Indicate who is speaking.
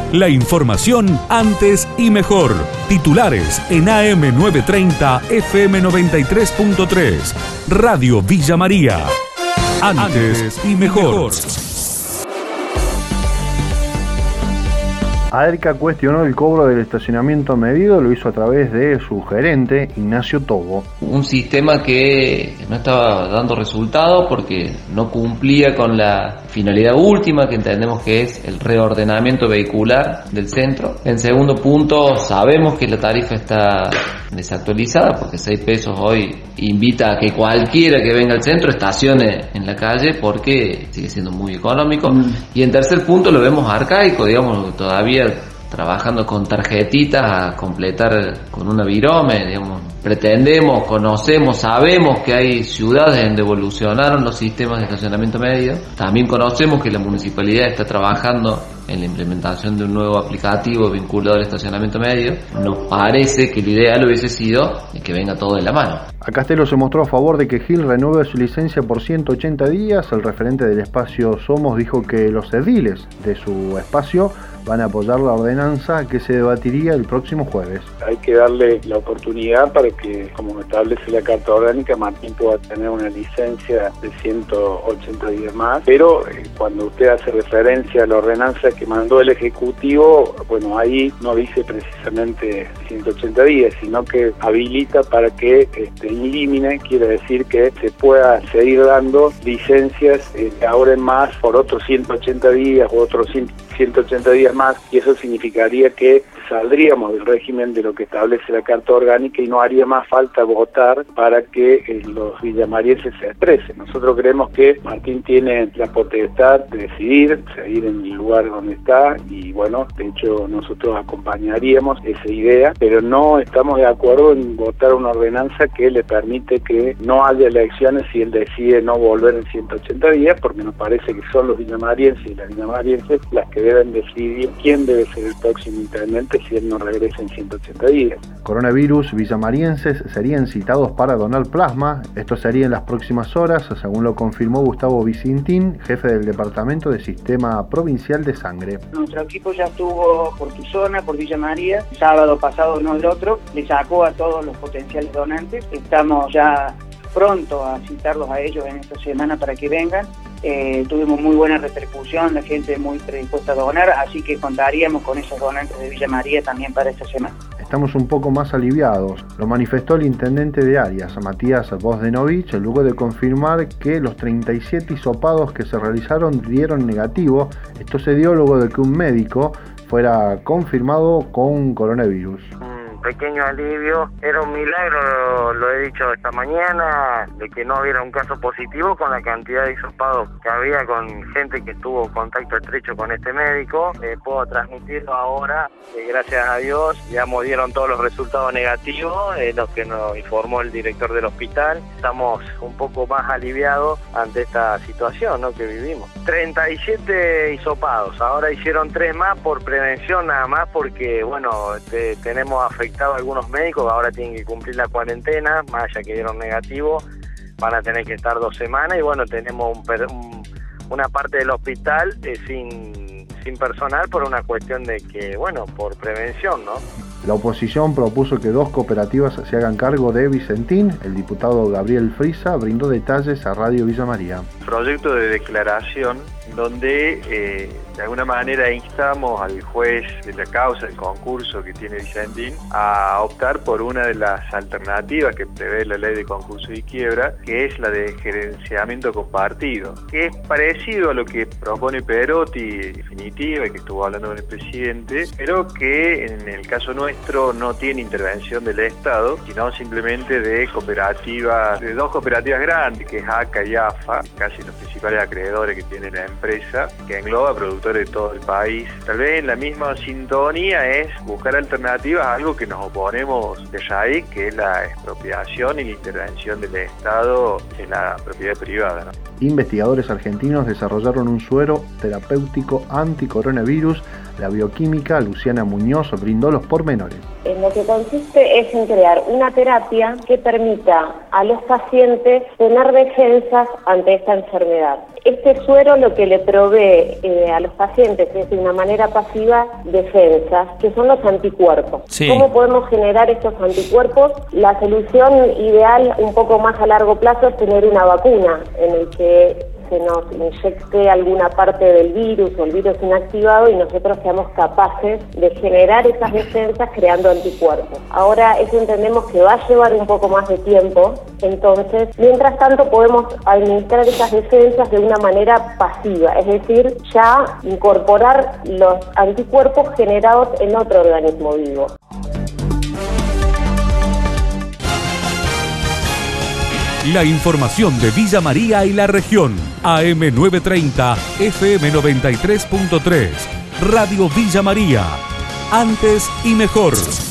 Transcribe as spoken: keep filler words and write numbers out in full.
Speaker 1: La información antes y mejor. Titulares en A M novecientos treinta, F M noventa y tres punto tres. Radio Villa María. Antes y mejor.
Speaker 2: AERCA cuestionó el cobro del estacionamiento medido, lo hizo a través de su gerente, Ignacio Tobo.
Speaker 3: Un sistema que no estaba dando resultado porque no cumplía con la finalidad última, que entendemos que es el reordenamiento vehicular del centro. En segundo punto, sabemos que la tarifa está desactualizada porque seis pesos hoy invita a que cualquiera que venga al centro estacione en la calle porque sigue siendo muy económico. Mm. Y en tercer punto lo vemos arcaico, digamos, todavía trabajando con tarjetitas a completar con una virome, digamos. Pretendemos, conocemos, sabemos que hay ciudades donde evolucionaron los sistemas de estacionamiento medio. También conocemos que la municipalidad está trabajando en la implementación de un nuevo aplicativo vinculado al estacionamiento medio. Nos parece que lo ideal hubiese sido que venga todo de la mano.
Speaker 2: A Castelo se mostró a favor de que Gil renueve su licencia por ciento ochenta días. El referente del espacio Somos dijo que los ediles de su espacio van a apoyar la ordenanza que se debatiría el próximo jueves.
Speaker 4: Hay que darle la oportunidad para que, como establece la Carta Orgánica, Martín pueda tener una licencia de ciento ochenta días más, pero eh, cuando usted hace referencia a la ordenanza que mandó el Ejecutivo, bueno, ahí no dice precisamente ciento ochenta días, sino que habilita para que este, elimine, quiere decir que se pueda seguir dando licencias eh, ahora en más por otros ciento ochenta días o otros ciento ochenta días más, y eso significaría que saldríamos del régimen de lo que establece la Carta Orgánica y no haría más falta votar para que eh, los villamarienses se expresen. Nosotros creemos que Martín tiene la potestad de decidir, seguir en el lugar donde está, y bueno, de hecho nosotros acompañaríamos esa idea, pero no estamos de acuerdo en votar una ordenanza que le permite que no haya elecciones si él decide no volver en ciento ochenta días, porque nos parece que son los villamarienses y las villamarienses las que deben decidir quién debe ser el próximo intendente si él no regresa en ciento ochenta días.
Speaker 2: Coronavirus, villamarienses serían citados para donar plasma. Esto sería en las próximas horas, según lo confirmó Gustavo Vicintín, jefe del Departamento de Sistema Provincial de Sangre.
Speaker 5: Nuestro equipo ya estuvo por tu zona, por Villa María, sábado pasado, no el otro, le sacó a todos los potenciales donantes. Estamos ya pronto a citarlos a ellos en esta semana para que vengan. Eh, tuvimos muy buena repercusión, la gente muy predispuesta a donar, así que contaríamos con esos donantes de Villa María también para esta semana.
Speaker 2: Estamos un poco más aliviados, lo manifestó el intendente de Arias, Matías Vozdenovich, luego de confirmar que los treinta y siete hisopados que se realizaron dieron negativo. Esto se dio luego de que un médico fuera confirmado con coronavirus.
Speaker 6: Pequeño alivio, era un milagro, lo, lo he dicho esta mañana, de que no hubiera un caso positivo con la cantidad de hisopados que había con gente que tuvo contacto estrecho con este médico. Eh, puedo transmitirlo ahora, eh, gracias a Dios, ya dieron todos los resultados negativos, eh, los que nos informó el director del hospital. Estamos un poco más aliviados ante esta situación, ¿no?, que vivimos. treinta y siete hisopados, ahora hicieron tres más por prevención nada más, porque bueno, te, tenemos afectados algunos médicos, ahora tienen que cumplir la cuarentena, más allá que dieron negativo, van a tener que estar dos semanas, y bueno, tenemos un, un, una parte del hospital eh, sin, sin personal por una cuestión de que, bueno, por prevención, ¿no?
Speaker 2: La oposición propuso que dos cooperativas se hagan cargo de Vicentín. El diputado Gabriel Frisa brindó detalles a Radio Villa María.
Speaker 7: Proyecto de declaración donde eh, de alguna manera instamos al juez de la causa, del concurso que tiene Vicentín, a optar por una de las alternativas que prevé la ley de concurso y quiebra, que es la de gerenciamiento compartido, que es parecido a lo que propone Perotti, definitiva, y que estuvo hablando con el presidente, pero que en el caso nuestro no tiene intervención del Estado, sino simplemente de cooperativas, de dos cooperativas grandes, que es A C A y A F A, casi los principales acreedores que tiene la empresa, que engloba productores de todo el país. Tal vez en la misma sintonía es buscar alternativas a algo que nos oponemos de raíz, que es la expropiación y la intervención del Estado en la propiedad privada, ¿no?
Speaker 2: Investigadores argentinos desarrollaron un suero terapéutico anticoronavirus. La bioquímica Luciana Muñoz brindó los pormenores.
Speaker 8: En lo que consiste es en crear una terapia que permita a los pacientes tener defensas ante esta enfermedad. Este suero lo que le provee eh, a los pacientes es de una manera pasiva defensas, que son los anticuerpos.
Speaker 9: Sí.
Speaker 8: ¿Cómo podemos generar estos anticuerpos? La solución ideal un poco más a largo plazo es tener una vacuna en el que se nos inyecte alguna parte del virus o el virus inactivado y nosotros seamos capaces de generar esas defensas creando anticuerpos. Ahora eso entendemos que va a llevar un poco más de tiempo, entonces mientras tanto podemos administrar esas defensas de una manera pasiva, es decir, ya incorporar los anticuerpos generados en otro organismo vivo.
Speaker 1: La información de Villa María y la región. A M novecientos treinta, F M noventa y tres punto tres. Radio Villa María. Antes y mejor.